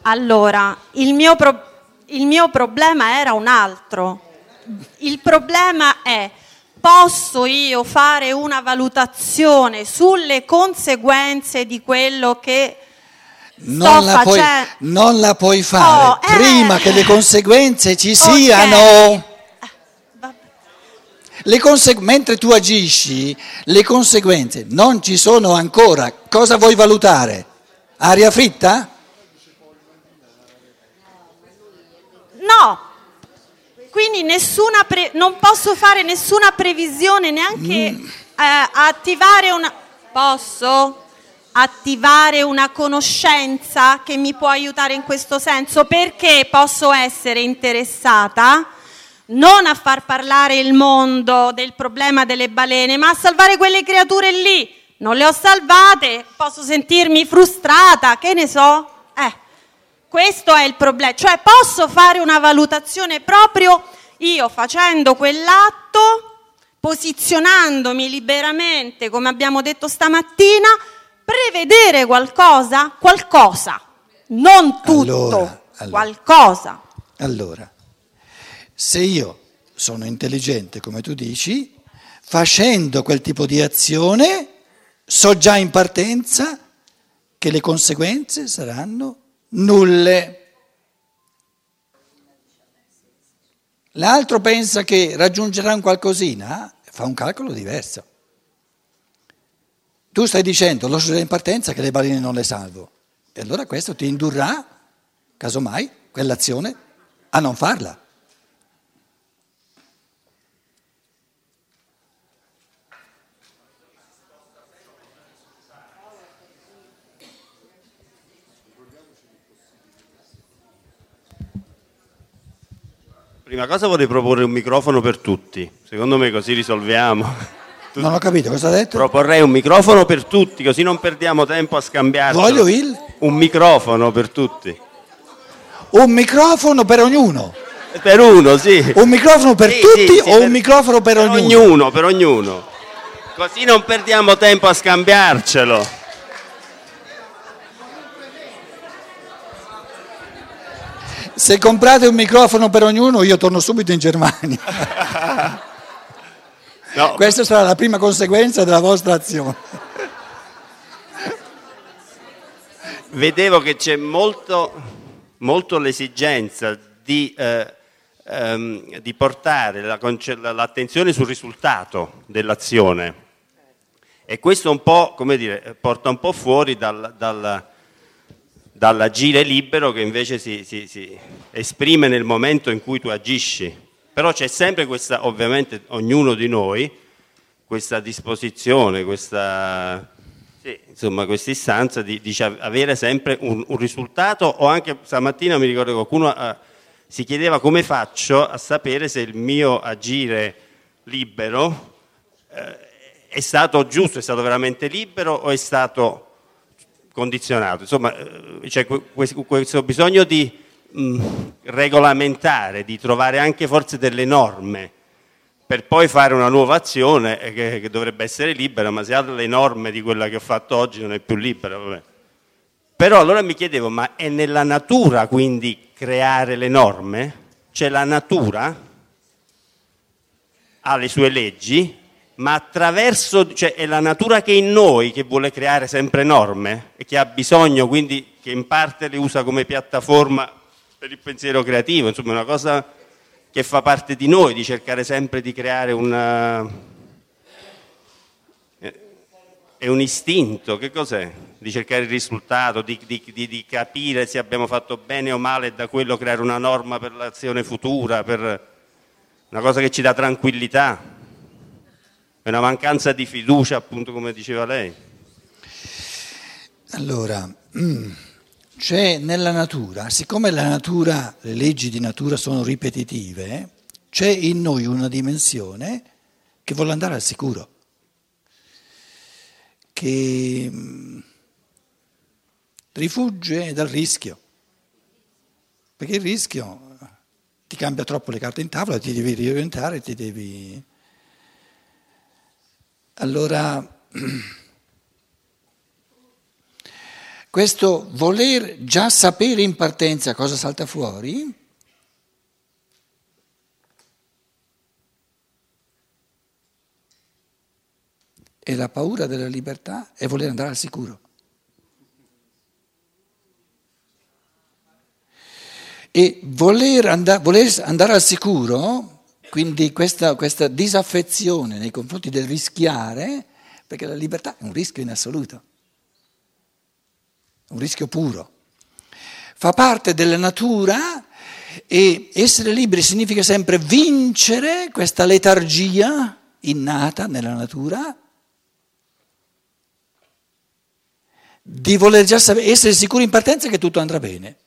Allora, il mio problema era un altro. Il problema è: posso io fare una valutazione sulle conseguenze di quello che sto facendo? Non la puoi fare prima che le conseguenze ci siano. Mentre tu agisci, le conseguenze non ci sono ancora. Cosa vuoi valutare? Aria fritta? No, quindi non posso fare nessuna previsione, neanche attivare una... Posso attivare una conoscenza che mi può aiutare in questo senso, perché posso essere interessata non a far parlare il mondo del problema delle balene, ma a salvare quelle creature lì. Non le ho salvate, posso sentirmi frustrata, che ne so. Questo è il problema, cioè posso fare una valutazione proprio io facendo quell'atto, posizionandomi liberamente, come abbiamo detto stamattina, prevedere qualcosa, non tutto, qualcosa. Allora, se io sono intelligente, come tu dici, facendo quel tipo di azione, so già in partenza che le conseguenze saranno nulle. L'altro pensa che raggiungerà un qualcosina, fa un calcolo diverso. Tu stai dicendo, lo so già in partenza che le balene non le salvo, e allora questo ti indurrà, casomai, quell'azione a non farla. Prima cosa vorrei proporre un microfono per tutti, secondo me così risolviamo. Non ho capito cosa ha detto? Proporrei un microfono per tutti, così non perdiamo tempo a scambiarci. Un microfono per tutti. Un microfono per ognuno? Per uno, sì. Un microfono per tutti o un microfono per ognuno? Per ognuno. Così non perdiamo tempo a scambiarcelo. Se comprate un microfono per ognuno, io torno subito in Germania. No. Questa sarà la prima conseguenza della vostra azione. Vedevo che c'è molto l'esigenza di portare l'attenzione sul risultato dell'azione, e questo un po', come dire, porta un po' fuori dall'agire libero che invece si esprime nel momento in cui tu agisci. Però c'è sempre questa, ovviamente ognuno di noi, questa disposizione, questa istanza di avere sempre un risultato, o anche stamattina mi ricordo che qualcuno si chiedeva come faccio a sapere se il mio agire libero è stato giusto, è stato veramente libero o è stato condizionato. Insomma, c'è questo bisogno di regolamentare, di trovare anche forse delle norme per poi fare una nuova azione che dovrebbe essere libera, ma se ha le norme di quella che ho fatto oggi non è più libera. Vabbè. Però allora mi chiedevo, ma è nella natura quindi creare le norme? Cioè la natura ha le sue leggi, ma attraverso, cioè è la natura che è in noi che vuole creare sempre norme e che ha bisogno, quindi che in parte le usa come piattaforma per il pensiero creativo, insomma è una cosa che fa parte di noi, di cercare sempre di creare è un istinto, che cos'è? Di cercare il risultato, di capire se abbiamo fatto bene o male, e da quello creare una norma per l'azione futura, per una cosa che ci dà tranquillità. È una mancanza di fiducia, appunto, come diceva lei. Allora, c'è nella natura, siccome la natura, le leggi di natura sono ripetitive, c'è in noi una dimensione che vuole andare al sicuro, che rifugge dal rischio, perché il rischio ti cambia troppo le carte in tavola, ti devi riorientare, ti devi... Allora, questo voler già sapere in partenza cosa salta fuori, e la paura della libertà è voler andare al sicuro. E voler andare al sicuro, quindi questa disaffezione nei confronti del rischiare, perché la libertà è un rischio in assoluto, un rischio puro, fa parte della natura, e essere liberi significa sempre vincere questa letargia innata nella natura, di voler già essere sicuri in partenza che tutto andrà bene.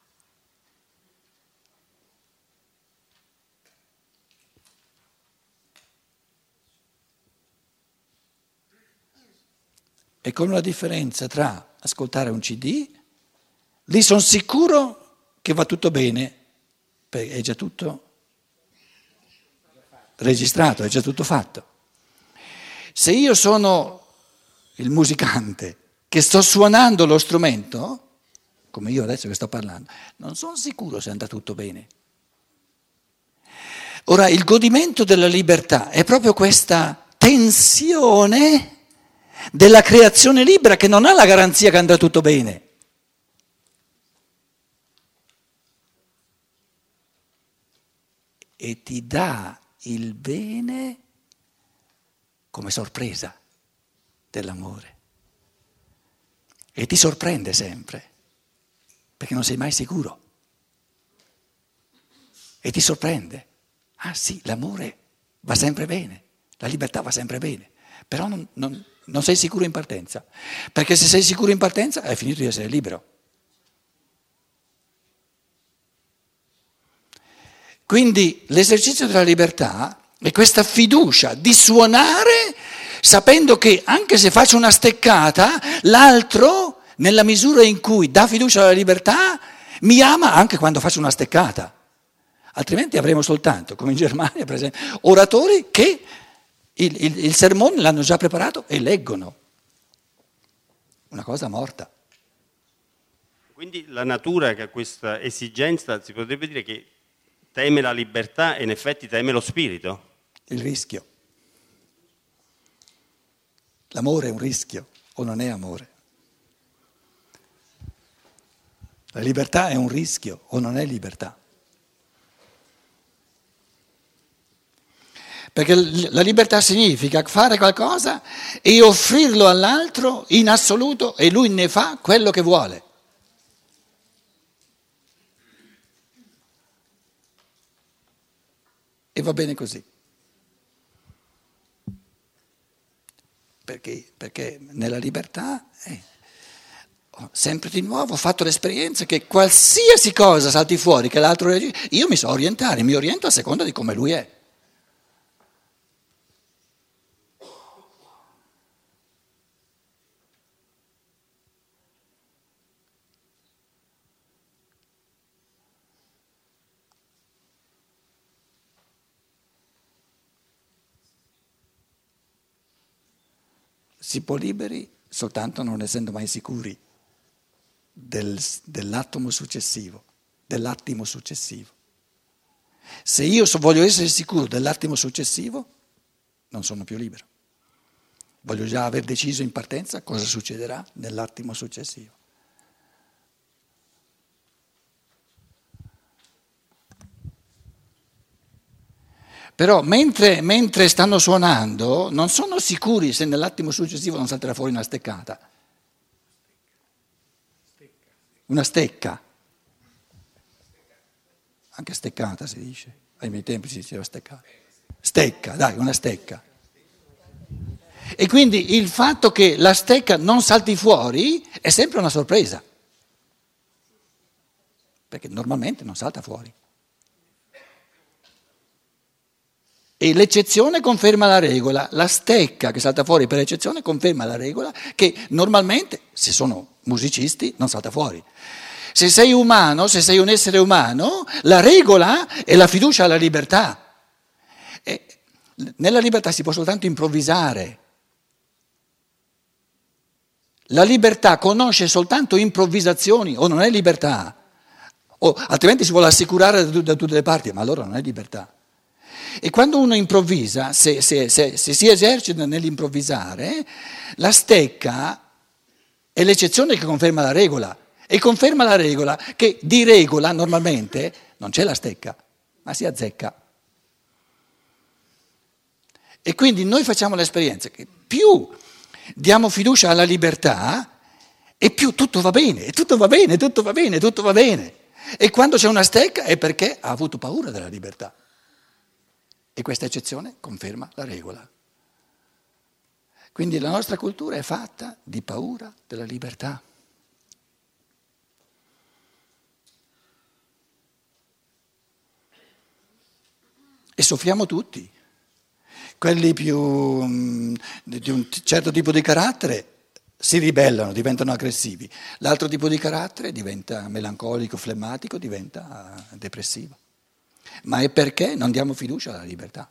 E con una differenza tra ascoltare un CD, lì sono sicuro che va tutto bene, perché è già tutto registrato, è già tutto fatto. Se io sono il musicante che sto suonando lo strumento, come io adesso che sto parlando, non sono sicuro se andrà tutto bene. Ora, il godimento della libertà è proprio questa tensione della creazione libera che non ha la garanzia che andrà tutto bene. E ti dà il bene come sorpresa dell'amore. E ti sorprende sempre, perché non sei mai sicuro. E ti sorprende. Ah sì, l'amore va sempre bene, la libertà va sempre bene, però non sei sicuro in partenza, perché se sei sicuro in partenza hai finito di essere libero. Quindi l'esercizio della libertà è questa fiducia di suonare sapendo che anche se faccio una steccata, l'altro, nella misura in cui dà fiducia alla libertà, mi ama anche quando faccio una steccata. Altrimenti avremo soltanto, come in Germania per esempio, oratori che il sermone l'hanno già preparato e leggono. Una cosa morta. Quindi la natura che ha questa esigenza, si potrebbe dire che teme la libertà e in effetti teme lo spirito? Il rischio. L'amore è un rischio o non è amore? La libertà è un rischio o non è libertà? Perché la libertà significa fare qualcosa e offrirlo all'altro in assoluto e lui ne fa quello che vuole. E va bene così. Perché nella libertà sempre di nuovo ho fatto l'esperienza che qualsiasi cosa salti fuori, che l'altro reagisce, io mi so orientare, mi oriento a seconda di come lui è. Si può liberi soltanto non essendo mai sicuri dell'attimo successivo. Se io voglio essere sicuro dell'attimo successivo, non sono più libero. Voglio già aver deciso in partenza cosa succederà nell'attimo successivo. Però mentre stanno suonando non sono sicuri se nell'attimo successivo non salterà fuori una steccata. Una stecca. Anche steccata si dice. Ai miei tempi si diceva steccata. Stecca, dai, una stecca. E quindi il fatto che la stecca non salti fuori è sempre una sorpresa. Perché normalmente non salta fuori. E l'eccezione conferma la regola, la stecca che salta fuori per eccezione conferma la regola che normalmente, se sono musicisti, non salta fuori. Se sei umano, se sei un essere umano, la regola è la fiducia alla libertà. E nella libertà si può soltanto improvvisare. La libertà conosce soltanto improvvisazioni, o non è libertà, o altrimenti si vuole assicurare da tutte le parti, ma allora non è libertà. E quando uno improvvisa, se si esercita nell'improvvisare, la stecca è l'eccezione che conferma la regola, e conferma la regola che di regola normalmente non c'è la stecca, ma si azzecca. E quindi noi facciamo l'esperienza che più diamo fiducia alla libertà e più tutto va bene, tutto va bene, tutto va bene, tutto va bene. E quando c'è una stecca è perché ha avuto paura della libertà. E questa eccezione conferma la regola. Quindi la nostra cultura è fatta di paura della libertà. E soffriamo tutti. Quelli più di un certo tipo di carattere si ribellano, diventano aggressivi. L'altro tipo di carattere diventa melancolico, flemmatico, diventa depressivo. Ma è perché non diamo fiducia alla libertà.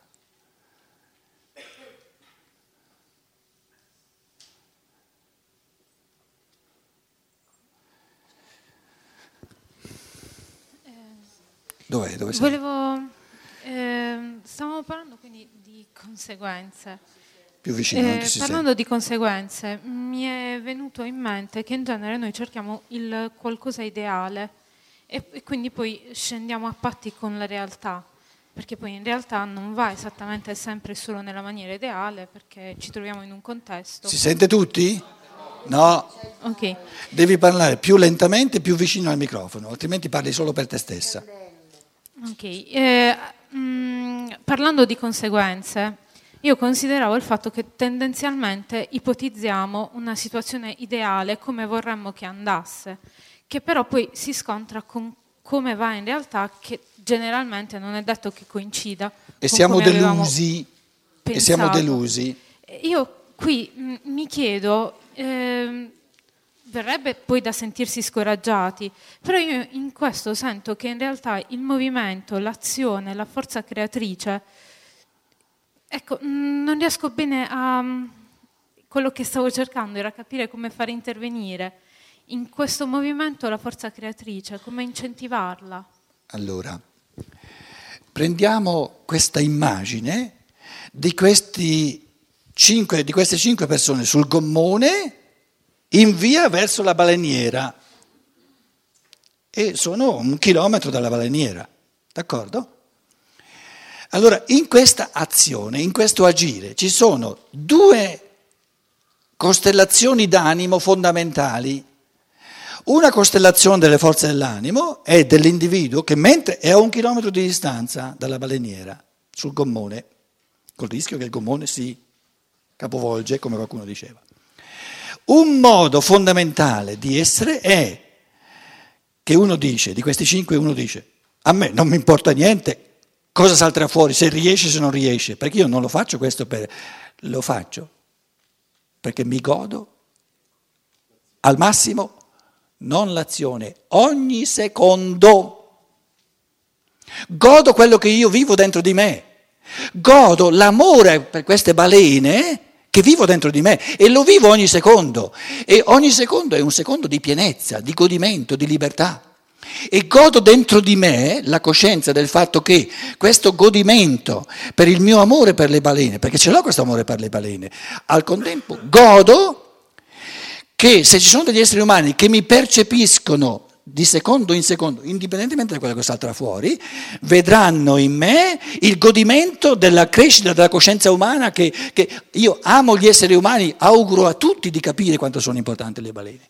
Dove sei? Stavamo parlando quindi di conseguenze. Più vicino, non ti si parlando di conseguenze, mi è venuto in mente che in genere noi cerchiamo il qualcosa ideale e quindi poi scendiamo a patti con la realtà, perché poi in realtà non va esattamente sempre solo nella maniera ideale, perché ci troviamo in un contesto. Si sente tutti? No. Ok. Devi parlare più lentamente, più vicino al microfono, altrimenti parli solo per te stessa. Ok. Parlando di conseguenze, io consideravo il fatto che tendenzialmente ipotizziamo una situazione ideale come vorremmo che andasse, che però poi si scontra con come va in realtà, che generalmente non è detto che coincida. E siamo delusi. E siamo delusi. Io qui mi chiedo, verrebbe poi da sentirsi scoraggiati, però io in questo sento che in realtà il movimento, l'azione, la forza creatrice, ecco, non riesco bene a... Quello che stavo cercando era capire come fare intervenire in questo movimento la forza creatrice, come incentivarla. Allora, prendiamo questa immagine di queste 5 persone sul gommone in via verso la baleniera e sono 1 chilometro dalla baleniera, d'accordo? Allora, in questa azione, in questo agire, ci sono 2 costellazioni d'animo fondamentali. Una costellazione delle forze dell'animo è dell'individuo che mentre è a 1 chilometro di distanza dalla baleniera, sul gommone, col rischio che il gommone si capovolge, come qualcuno diceva. Un modo fondamentale di essere è che uno dice, di questi 5 uno dice, a me non mi importa niente cosa salterà fuori, se riesce, se non riesce, perché io non lo faccio questo lo faccio perché mi godo al massimo, non l'azione, ogni secondo. Godo quello che io vivo dentro di me, godo l'amore per queste balene che vivo dentro di me e lo vivo ogni secondo, e ogni secondo è un secondo di pienezza, di godimento, di libertà, e godo dentro di me la coscienza del fatto che questo godimento per il mio amore per le balene, perché ce l'ho questo amore per le balene, al contempo godo che se ci sono degli esseri umani che mi percepiscono di secondo in secondo, indipendentemente da quello che salterà fuori, vedranno in me il godimento della crescita della coscienza umana che io amo gli esseri umani, auguro a tutti di capire quanto sono importanti le balene.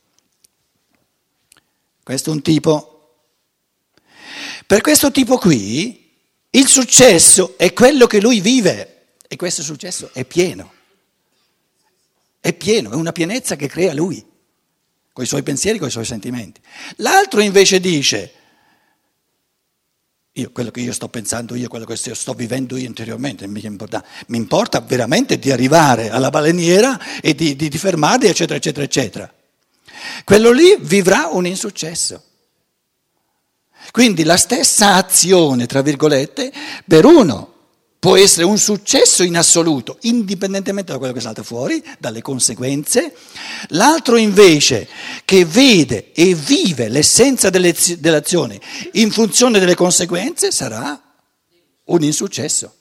Questo è un tipo. Per questo tipo qui il successo è quello che lui vive e questo successo è pieno. È pieno, è una pienezza che crea lui, con i suoi pensieri, con i suoi sentimenti. L'altro invece dice, quello che io sto pensando io, quello che sto vivendo io interiormente, mi importa veramente di arrivare alla baleniera e di fermarli, eccetera, eccetera, eccetera. Quello lì vivrà un insuccesso. Quindi la stessa azione, tra virgolette, per uno può essere un successo in assoluto, indipendentemente da quello che salta fuori, dalle conseguenze. L'altro invece, che vede e vive l'essenza dell'azione in funzione delle conseguenze, sarà un insuccesso.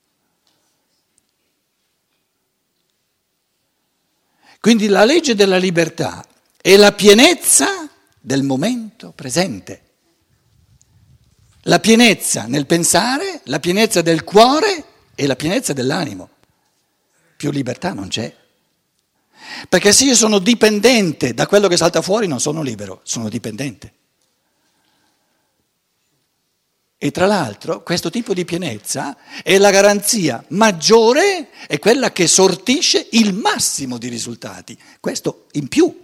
Quindi la legge della libertà è la pienezza del momento presente. La pienezza nel pensare, la pienezza del cuore e la pienezza dell'animo. Più libertà non c'è. Perché se io sono dipendente da quello che salta fuori non sono libero, sono dipendente. E tra l'altro questo tipo di pienezza è la garanzia maggiore, è quella che sortisce il massimo di risultati. Questo in più.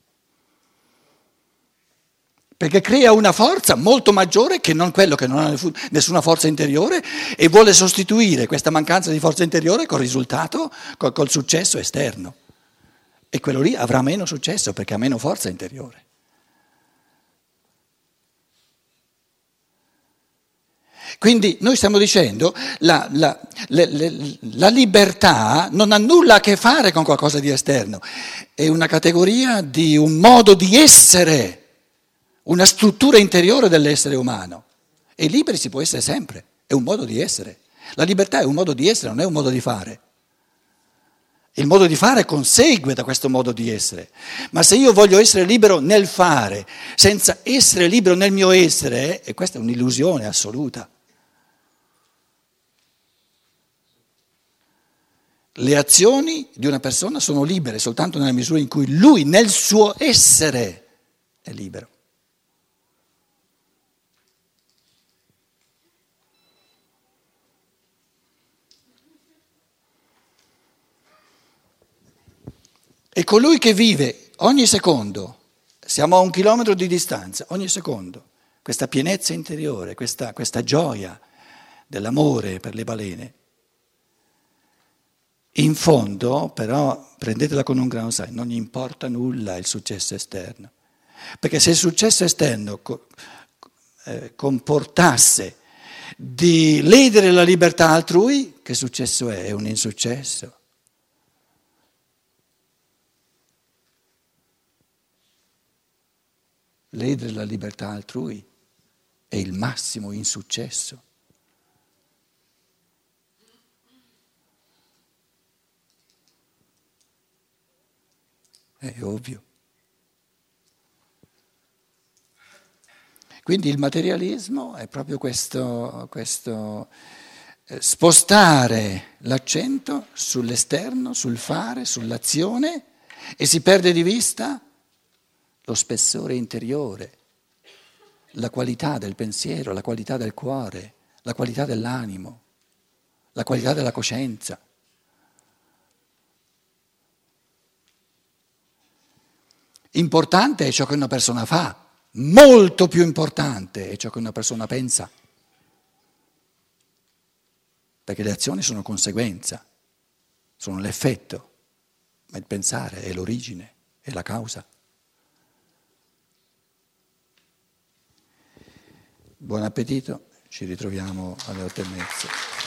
Perché crea una forza molto maggiore che non quello che non ha nessuna forza interiore e vuole sostituire questa mancanza di forza interiore col risultato, col successo esterno. E quello lì avrà meno successo perché ha meno forza interiore. Quindi noi stiamo dicendo la libertà non ha nulla a che fare con qualcosa di esterno, è una categoria di un modo di essere. Una struttura interiore dell'essere umano. E liberi si può essere sempre, è un modo di essere. La libertà è un modo di essere, non è un modo di fare. Il modo di fare consegue da questo modo di essere. Ma se io voglio essere libero nel fare, senza essere libero nel mio essere, e questa è un'illusione assoluta. Le azioni di una persona sono libere soltanto nella misura in cui lui nel suo essere è libero. E colui che vive ogni secondo, siamo a 1 chilometro di distanza, ogni secondo, questa pienezza interiore, questa gioia dell'amore per le balene, in fondo però, prendetela con un grano di sale, non gli importa nulla il successo esterno. Perché se il successo esterno comportasse di ledere la libertà altrui, che successo è? È un insuccesso. Ledere la libertà altrui è il massimo insuccesso. È ovvio. Quindi il materialismo è proprio questo spostare l'accento sull'esterno, sul fare, sull'azione e si perde di vista lo spessore interiore, la qualità del pensiero, la qualità del cuore, la qualità dell'animo, la qualità della coscienza. Importante è ciò che una persona fa, molto più importante è ciò che una persona pensa, perché le azioni sono conseguenza, sono l'effetto, ma il pensare è l'origine, è la causa. Buon appetito, ci ritroviamo alle 8:30.